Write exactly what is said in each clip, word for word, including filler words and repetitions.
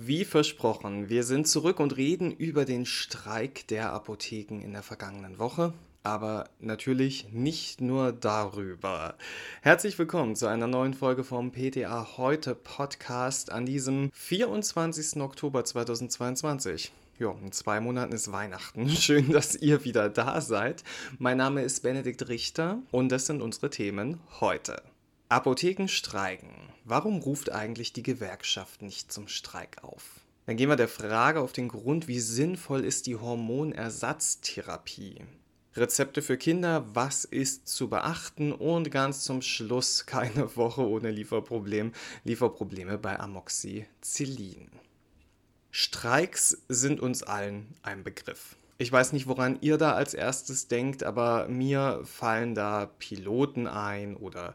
Wie versprochen, wir sind zurück und reden über den Streik der Apotheken in der vergangenen Woche. Aber natürlich nicht nur darüber. Herzlich willkommen zu einer neuen Folge vom P T A Heute Podcast an diesem vierundzwanzigsten Oktober zweitausendzweiundzwanzig. Ja, in zwei Monaten ist Weihnachten. Schön, dass ihr wieder da seid. Mein Name ist Benedikt Richter und das sind unsere Themen heute. Apotheken streiken. Warum ruft eigentlich die Gewerkschaft nicht zum Streik auf? Dann gehen wir der Frage auf den Grund, wie sinnvoll ist die Hormonersatztherapie? Rezepte für Kinder, was ist zu beachten? Und ganz zum Schluss keine Woche ohne Lieferproblem. Lieferprobleme bei Amoxicillin. Streiks sind uns allen ein Begriff. Ich weiß nicht, woran ihr da als erstes denkt, aber mir fallen da Piloten ein oder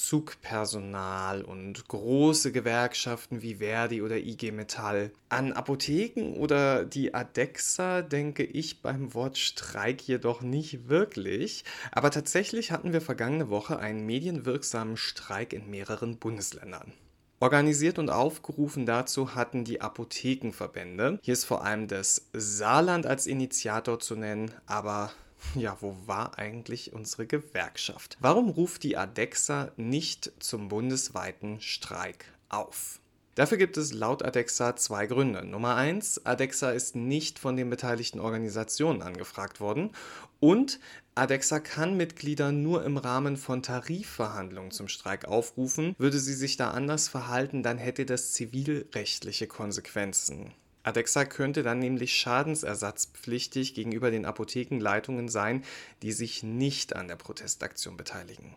Zugpersonal und große Gewerkschaften wie Verdi oder I G Metall. An Apotheken oder die Adexa denke ich beim Wort Streik jedoch nicht wirklich. Aber tatsächlich hatten wir vergangene Woche einen medienwirksamen Streik in mehreren Bundesländern. Organisiert und aufgerufen dazu hatten die Apothekenverbände. Hier ist vor allem das Saarland als Initiator zu nennen, aber ja, wo war eigentlich unsere Gewerkschaft? Warum ruft die Adexa nicht zum bundesweiten Streik auf? Dafür gibt es laut Adexa zwei Gründe. Nummer eins, Adexa ist nicht von den beteiligten Organisationen angefragt worden und Adexa kann Mitglieder nur im Rahmen von Tarifverhandlungen zum Streik aufrufen. Würde sie sich da anders verhalten, dann hätte das zivilrechtliche Konsequenzen. Adexa könnte dann nämlich schadensersatzpflichtig gegenüber den Apothekenleitungen sein, die sich nicht an der Protestaktion beteiligen.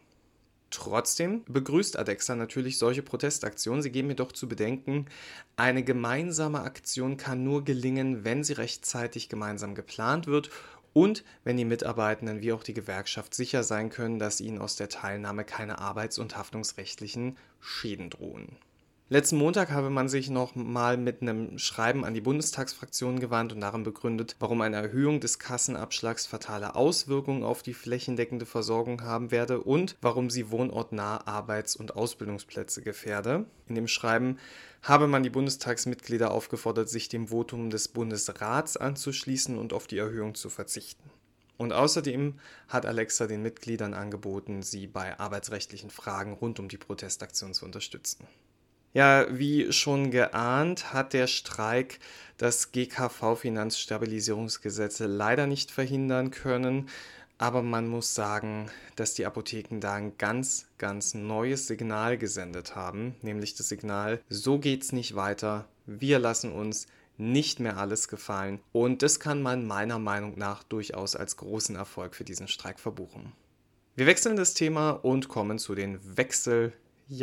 Trotzdem begrüßt Adexa natürlich solche Protestaktionen. Sie geben jedoch zu bedenken, eine gemeinsame Aktion kann nur gelingen, wenn sie rechtzeitig gemeinsam geplant wird und wenn die Mitarbeitenden wie auch die Gewerkschaft sicher sein können, dass ihnen aus der Teilnahme keine arbeits- und haftungsrechtlichen Schäden drohen. Letzten Montag habe man sich noch mal mit einem Schreiben an die Bundestagsfraktion gewandt und darin begründet, warum eine Erhöhung des Kassenabschlags fatale Auswirkungen auf die flächendeckende Versorgung haben werde und warum sie wohnortnahe Arbeits- und Ausbildungsplätze gefährde. In dem Schreiben habe man die Bundestagsmitglieder aufgefordert, sich dem Votum des Bundesrats anzuschließen und auf die Erhöhung zu verzichten. Und außerdem hat Adexa den Mitgliedern angeboten, sie bei arbeitsrechtlichen Fragen rund um die Protestaktion zu unterstützen. Ja, wie schon geahnt, hat der Streik das G K V-Finanzstabilisierungsgesetz leider nicht verhindern können. Aber man muss sagen, dass die Apotheken da ein ganz, ganz neues Signal gesendet haben. Nämlich das Signal, so geht's nicht weiter, wir lassen uns nicht mehr alles gefallen. Und das kann man meiner Meinung nach durchaus als großen Erfolg für diesen Streik verbuchen. Wir wechseln das Thema und kommen zu den Wechsel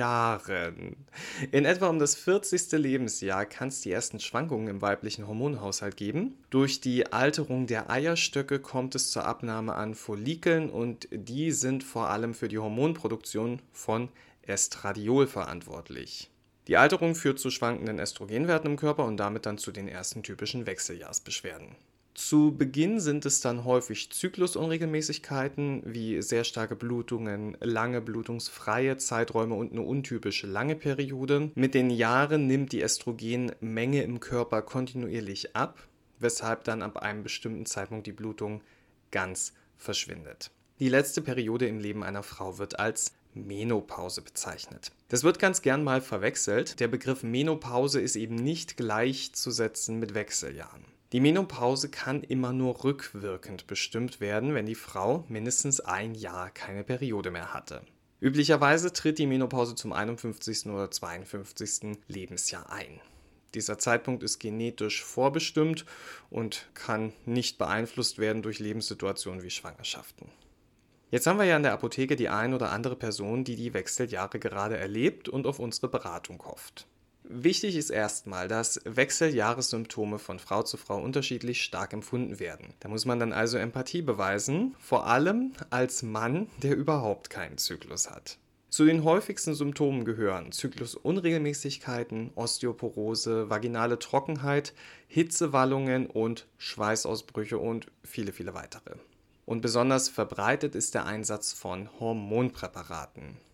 Jahren. In etwa um das vierzigste Lebensjahr kann es die ersten Schwankungen im weiblichen Hormonhaushalt geben. Durch die Alterung der Eierstöcke kommt es zur Abnahme an Follikeln und die sind vor allem für die Hormonproduktion von Estradiol verantwortlich. Die Alterung führt zu schwankenden Östrogenwerten im Körper und damit dann zu den ersten typischen Wechseljahrsbeschwerden. Zu Beginn sind es dann häufig Zyklusunregelmäßigkeiten wie sehr starke Blutungen, lange blutungsfreie Zeiträume und eine untypische lange Periode. Mit den Jahren nimmt die Östrogenmenge im Körper kontinuierlich ab, weshalb dann ab einem bestimmten Zeitpunkt die Blutung ganz verschwindet. Die letzte Periode im Leben einer Frau wird als Menopause bezeichnet. Das wird ganz gern mal verwechselt. Der Begriff Menopause ist eben nicht gleichzusetzen mit Wechseljahren. Die Menopause kann immer nur rückwirkend bestimmt werden, wenn die Frau mindestens ein Jahr keine Periode mehr hatte. Üblicherweise tritt die Menopause zum einundfünfzigsten oder zweiundfünfzigsten Lebensjahr ein. Dieser Zeitpunkt ist genetisch vorbestimmt und kann nicht beeinflusst werden durch Lebenssituationen wie Schwangerschaften. Jetzt haben wir ja in der Apotheke die ein oder andere Person, die die Wechseljahre gerade erlebt und auf unsere Beratung hofft. Wichtig ist erstmal, dass Wechseljahressymptome von Frau zu Frau unterschiedlich stark empfunden werden. Da muss man dann also Empathie beweisen, vor allem als Mann, der überhaupt keinen Zyklus hat. Zu den häufigsten Symptomen gehören Zyklusunregelmäßigkeiten, Osteoporose, vaginale Trockenheit, Hitzewallungen und Schweißausbrüche und viele, viele weitere. Und besonders verbreitet ist der Einsatz von Hormonpräparaten.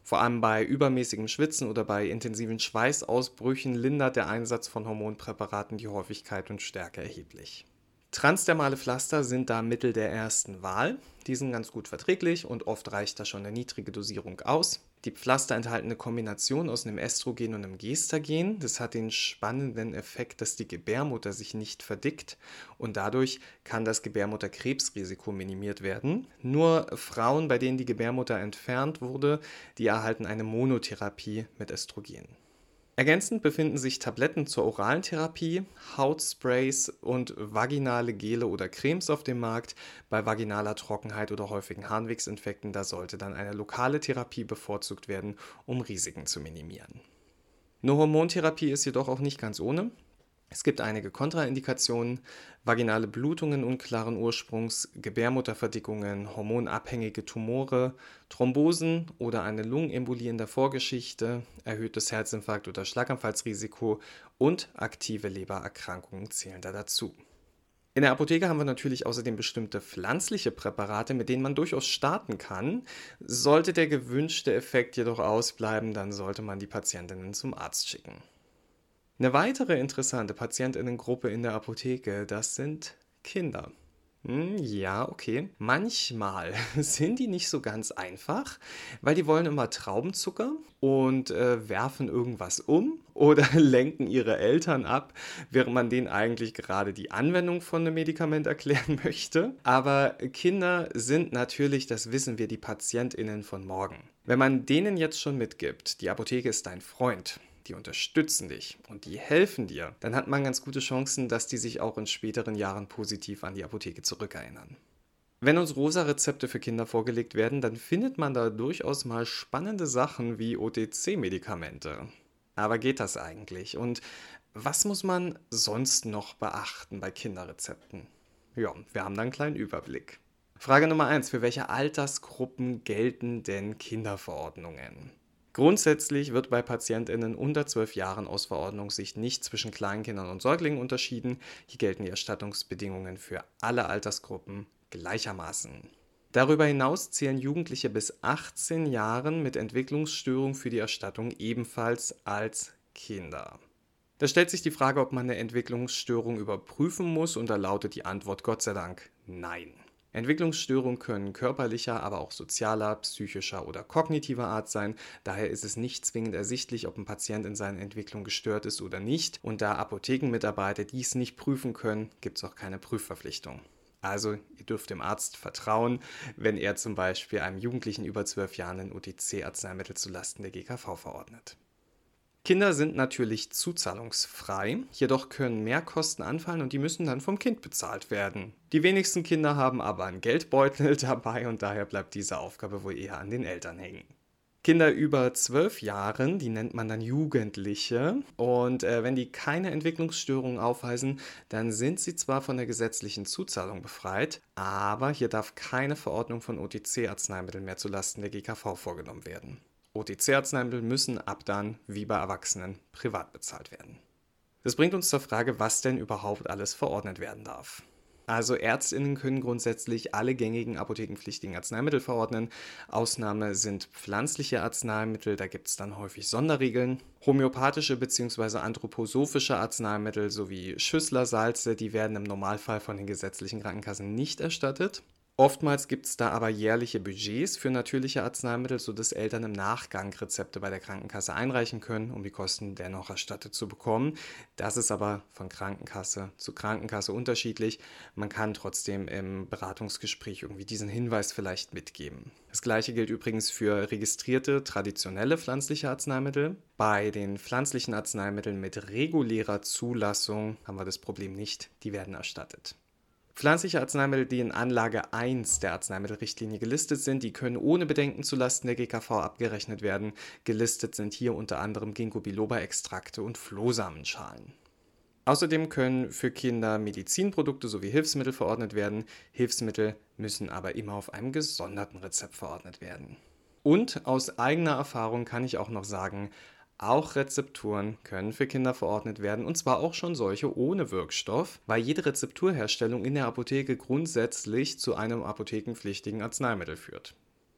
Vor allem bei übermäßigem Schwitzen oder bei intensiven Schweißausbrüchen lindert der Einsatz von Hormonpräparaten die Häufigkeit und Stärke erheblich. Transdermale Pflaster sind da Mittel der ersten Wahl. Die sind ganz gut verträglich und oft reicht da schon eine niedrige Dosierung aus. Die Pflaster enthalten eine Kombination aus einem Östrogen und einem Gestagen. Das hat den spannenden Effekt, dass die Gebärmutter sich nicht verdickt und dadurch kann das Gebärmutterkrebsrisiko minimiert werden. Nur Frauen, bei denen die Gebärmutter entfernt wurde, die erhalten eine Monotherapie mit Östrogen. Ergänzend befinden sich Tabletten zur oralen Therapie, Hautsprays und vaginale Gele oder Cremes auf dem Markt. Bei vaginaler Trockenheit oder häufigen Harnwegsinfekten, da sollte dann eine lokale Therapie bevorzugt werden, um Risiken zu minimieren. Eine Hormontherapie ist jedoch auch nicht ganz ohne. Es gibt einige Kontraindikationen: vaginale Blutungen unklaren Ursprungs, Gebärmutterverdickungen, hormonabhängige Tumore, Thrombosen oder eine Lungenembolie in der Vorgeschichte, erhöhtes Herzinfarkt- oder Schlaganfallsrisiko und aktive Lebererkrankungen zählen da dazu. In der Apotheke haben wir natürlich außerdem bestimmte pflanzliche Präparate, mit denen man durchaus starten kann. Sollte der gewünschte Effekt jedoch ausbleiben, dann sollte man die Patientinnen zum Arzt schicken. Eine weitere interessante Patientinnengruppe in der Apotheke, das sind Kinder. Hm, ja, okay. Manchmal sind die nicht so ganz einfach, weil die wollen immer Traubenzucker und äh, werfen irgendwas um oder lenken ihre Eltern ab, während man denen eigentlich gerade die Anwendung von einem Medikament erklären möchte. Aber Kinder sind natürlich, das wissen wir, die PatientInnen von morgen. Wenn man denen jetzt schon mitgibt, die Apotheke ist dein Freund, die unterstützen dich und die helfen dir, dann hat man ganz gute Chancen, dass die sich auch in späteren Jahren positiv an die Apotheke zurückerinnern. Wenn uns rosa Rezepte für Kinder vorgelegt werden, dann findet man da durchaus mal spannende Sachen wie O T C-Medikamente. Aber geht das eigentlich? Und was muss man sonst noch beachten bei Kinderrezepten? Ja, wir haben da einen kleinen Überblick. Frage Nummer eins: Für welche Altersgruppen gelten denn Kinderverordnungen? Grundsätzlich wird bei PatientInnen unter zwölf Jahren aus Verordnungssicht nicht zwischen Kleinkindern und Säuglingen unterschieden. Hier gelten die Erstattungsbedingungen für alle Altersgruppen gleichermaßen. Darüber hinaus zählen Jugendliche bis achtzehn Jahren mit Entwicklungsstörung für die Erstattung ebenfalls als Kinder. Da stellt sich die Frage, ob man eine Entwicklungsstörung überprüfen muss, und da lautet die Antwort Gott sei Dank nein. Entwicklungsstörungen können körperlicher, aber auch sozialer, psychischer oder kognitiver Art sein. Daher ist es nicht zwingend ersichtlich, ob ein Patient in seiner Entwicklung gestört ist oder nicht. Und da Apothekenmitarbeiter dies nicht prüfen können, gibt es auch keine Prüfverpflichtung. Also ihr dürft dem Arzt vertrauen, wenn er zum Beispiel einem Jugendlichen über zwölf Jahren ein O T C-Arzneimittel zulasten der G K V verordnet. Kinder sind natürlich zuzahlungsfrei, jedoch können Mehrkosten anfallen und die müssen dann vom Kind bezahlt werden. Die wenigsten Kinder haben aber einen Geldbeutel dabei und daher bleibt diese Aufgabe wohl eher an den Eltern hängen. Kinder über zwölf Jahren, die nennt man dann Jugendliche, und äh, wenn die keine Entwicklungsstörungen aufweisen, dann sind sie zwar von der gesetzlichen Zuzahlung befreit, aber hier darf keine Verordnung von O T C-Arzneimitteln mehr zulasten der G K V vorgenommen werden. O T C-Arzneimittel müssen ab dann, wie bei Erwachsenen, privat bezahlt werden. Das bringt uns zur Frage, was denn überhaupt alles verordnet werden darf. Also ÄrztInnen können grundsätzlich alle gängigen apothekenpflichtigen Arzneimittel verordnen. Ausnahme sind pflanzliche Arzneimittel, da gibt es dann häufig Sonderregeln. Homöopathische bzw. anthroposophische Arzneimittel sowie Schüsslersalze, die werden im Normalfall von den gesetzlichen Krankenkassen nicht erstattet. Oftmals gibt es da aber jährliche Budgets für natürliche Arzneimittel, sodass Eltern im Nachgang Rezepte bei der Krankenkasse einreichen können, um die Kosten dennoch erstattet zu bekommen. Das ist aber von Krankenkasse zu Krankenkasse unterschiedlich. Man kann trotzdem im Beratungsgespräch irgendwie diesen Hinweis vielleicht mitgeben. Das gleiche gilt übrigens für registrierte, traditionelle pflanzliche Arzneimittel. Bei den pflanzlichen Arzneimitteln mit regulärer Zulassung haben wir das Problem nicht, die werden erstattet. Pflanzliche Arzneimittel, die in Anlage eins der Arzneimittelrichtlinie gelistet sind, die können ohne Bedenken zulasten der G K V abgerechnet werden. Gelistet sind hier unter anderem Ginkgo-biloba-Extrakte und Flohsamenschalen. Außerdem können für Kinder Medizinprodukte sowie Hilfsmittel verordnet werden. Hilfsmittel müssen aber immer auf einem gesonderten Rezept verordnet werden. Und aus eigener Erfahrung kann ich auch noch sagen, auch Rezepturen können für Kinder verordnet werden, und zwar auch schon solche ohne Wirkstoff, weil jede Rezepturherstellung in der Apotheke grundsätzlich zu einem apothekenpflichtigen Arzneimittel führt.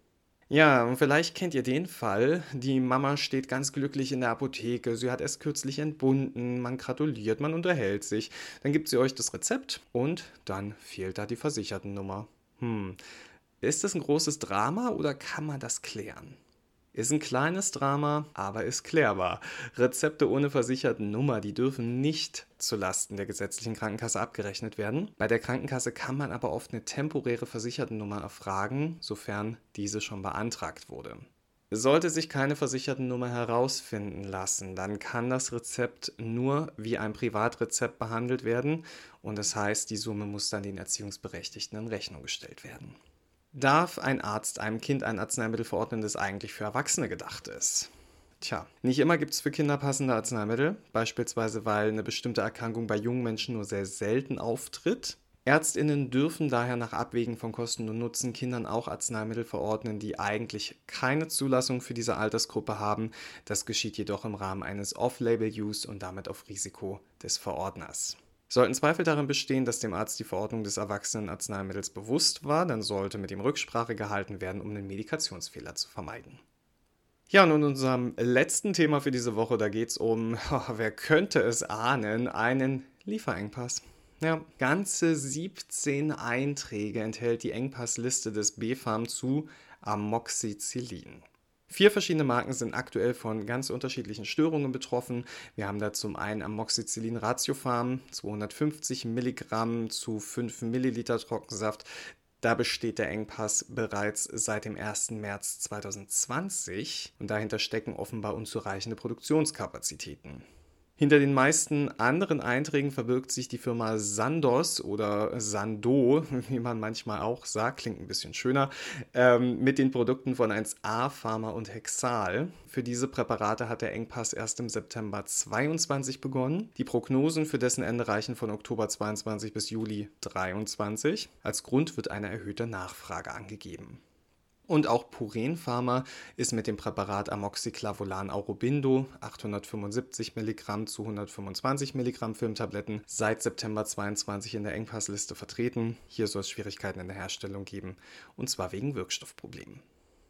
Ja, und vielleicht kennt ihr den Fall. Die Mama steht ganz glücklich in der Apotheke. Sie hat erst kürzlich entbunden. Man gratuliert, man unterhält sich. Dann gibt sie euch das Rezept und dann fehlt da die Versichertennummer. Hm, ist das ein großes Drama oder kann man das klären? Ist ein kleines Drama, aber ist klärbar. Rezepte ohne Versichertennummer, die dürfen nicht zulasten der gesetzlichen Krankenkasse abgerechnet werden. Bei der Krankenkasse kann man aber oft eine temporäre Versichertennummer erfragen, sofern diese schon beantragt wurde. Sollte sich keine Versichertennummer herausfinden lassen, dann kann das Rezept nur wie ein Privatrezept behandelt werden und das heißt, die Summe muss dann den Erziehungsberechtigten in Rechnung gestellt werden. Darf ein Arzt einem Kind ein Arzneimittel verordnen, das eigentlich für Erwachsene gedacht ist? Tja, nicht immer gibt es für Kinder passende Arzneimittel, beispielsweise weil eine bestimmte Erkrankung bei jungen Menschen nur sehr selten auftritt. ÄrztInnen dürfen daher nach Abwägen von Kosten und Nutzen Kindern auch Arzneimittel verordnen, die eigentlich keine Zulassung für diese Altersgruppe haben. Das geschieht jedoch im Rahmen eines Off-Label-Use und damit auf Risiko des Verordners. Sollten Zweifel darin bestehen, dass dem Arzt die Verordnung des Erwachsenenarzneimittels bewusst war, dann sollte mit ihm Rücksprache gehalten werden, um einen Medikationsfehler zu vermeiden. Ja, und in unserem letzten Thema für diese Woche, da geht es um, oh, wer könnte es ahnen, einen Lieferengpass. Ja, ganze siebzehn Einträge enthält die Engpassliste des B fam zu Amoxicillin. Vier verschiedene Marken sind aktuell von ganz unterschiedlichen Störungen betroffen. Wir haben da zum einen Amoxicillin Ratiopharm, zweihundertfünfzig Milligramm zu fünf Milliliter Trockensaft. Da besteht der Engpass bereits seit dem ersten März zweitausendzwanzig und dahinter stecken offenbar unzureichende Produktionskapazitäten. Hinter den meisten anderen Einträgen verbirgt sich die Firma Sandoz oder Sando, wie man manchmal auch sagt, klingt ein bisschen schöner, ähm, mit den Produkten von eins a Pharma und Hexal. Für diese Präparate hat der Engpass erst im September zweiundzwanzig begonnen. Die Prognosen für dessen Ende reichen von Oktober zweiundzwanzig bis Juli dreiundzwanzig. Als Grund wird eine erhöhte Nachfrage angegeben. Und auch Puren Pharma ist mit dem Präparat Amoxiclavulan Aurobindo, achthundertfünfundsiebzig Milligramm zu hundertfünfundzwanzig Milligramm Filmtabletten, seit September zweiundzwanzig in der Engpassliste vertreten. Hier soll es Schwierigkeiten in der Herstellung geben, und zwar wegen Wirkstoffproblemen.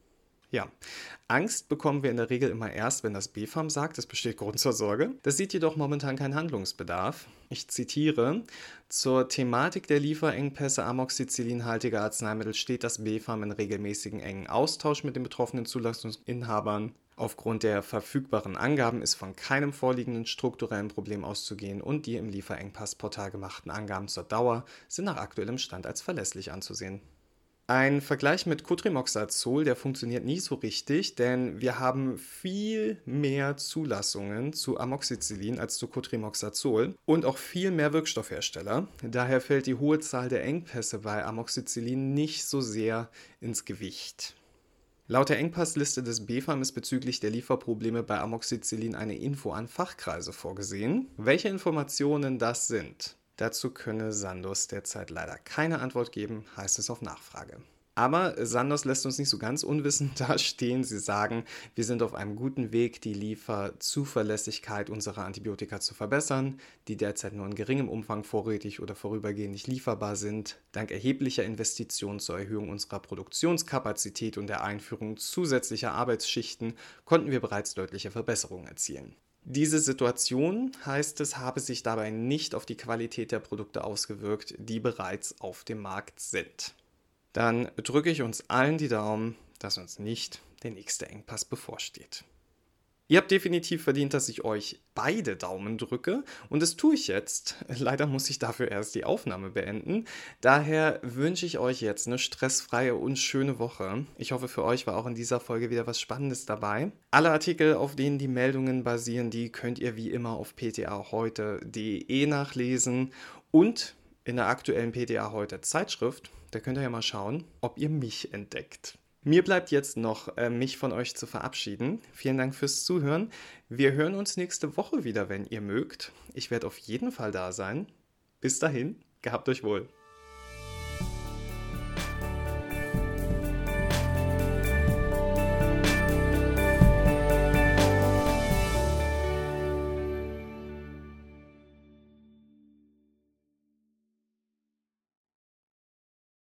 Ja, Angst bekommen wir in der Regel immer erst, wenn das B fam sagt, es besteht Grund zur Sorge. Das sieht jedoch momentan keinen Handlungsbedarf. Ich zitiere: Zur Thematik der Lieferengpässe amoxicillinhaltiger Arzneimittel steht das B fam in regelmäßigen engen Austausch mit den betroffenen Zulassungsinhabern. Aufgrund der verfügbaren Angaben ist von keinem vorliegenden strukturellen Problem auszugehen und die im Lieferengpassportal gemachten Angaben zur Dauer sind nach aktuellem Stand als verlässlich anzusehen. Ein Vergleich mit Cotrimoxazol, der funktioniert nie so richtig, denn wir haben viel mehr Zulassungen zu Amoxicillin als zu Cotrimoxazol und auch viel mehr Wirkstoffhersteller. Daher fällt die hohe Zahl der Engpässe bei Amoxicillin nicht so sehr ins Gewicht. Laut der Engpassliste des B fam ist bezüglich der Lieferprobleme bei Amoxicillin eine Info an Fachkreise vorgesehen. Welche Informationen das sind? Dazu könne Sandoz derzeit leider keine Antwort geben, heißt es auf Nachfrage. Aber Sandoz lässt uns nicht so ganz unwissend dastehen. Sie sagen, wir sind auf einem guten Weg, die Lieferzuverlässigkeit unserer Antibiotika zu verbessern, die derzeit nur in geringem Umfang vorrätig oder vorübergehend nicht lieferbar sind. Dank erheblicher Investitionen zur Erhöhung unserer Produktionskapazität und der Einführung zusätzlicher Arbeitsschichten konnten wir bereits deutliche Verbesserungen erzielen. Diese Situation, heißt es, habe sich dabei nicht auf die Qualität der Produkte ausgewirkt, die bereits auf dem Markt sind. Dann drücke ich uns allen die Daumen, dass uns nicht der nächste Engpass bevorsteht. Ihr habt definitiv verdient, dass ich euch beide Daumen drücke und das tue ich jetzt. Leider muss ich dafür erst die Aufnahme beenden. Daher wünsche ich euch jetzt eine stressfreie und schöne Woche. Ich hoffe, für euch war auch in dieser Folge wieder was Spannendes dabei. Alle Artikel, auf denen die Meldungen basieren, die könnt ihr wie immer auf p t a heute punkt d e nachlesen und in der aktuellen P T A Heute Zeitschrift. Da könnt ihr ja mal schauen, ob ihr mich entdeckt. Mir bleibt jetzt noch, äh, mich von euch zu verabschieden. Vielen Dank fürs Zuhören. Wir hören uns nächste Woche wieder, wenn ihr mögt. Ich werde auf jeden Fall da sein. Bis dahin, gehabt euch wohl.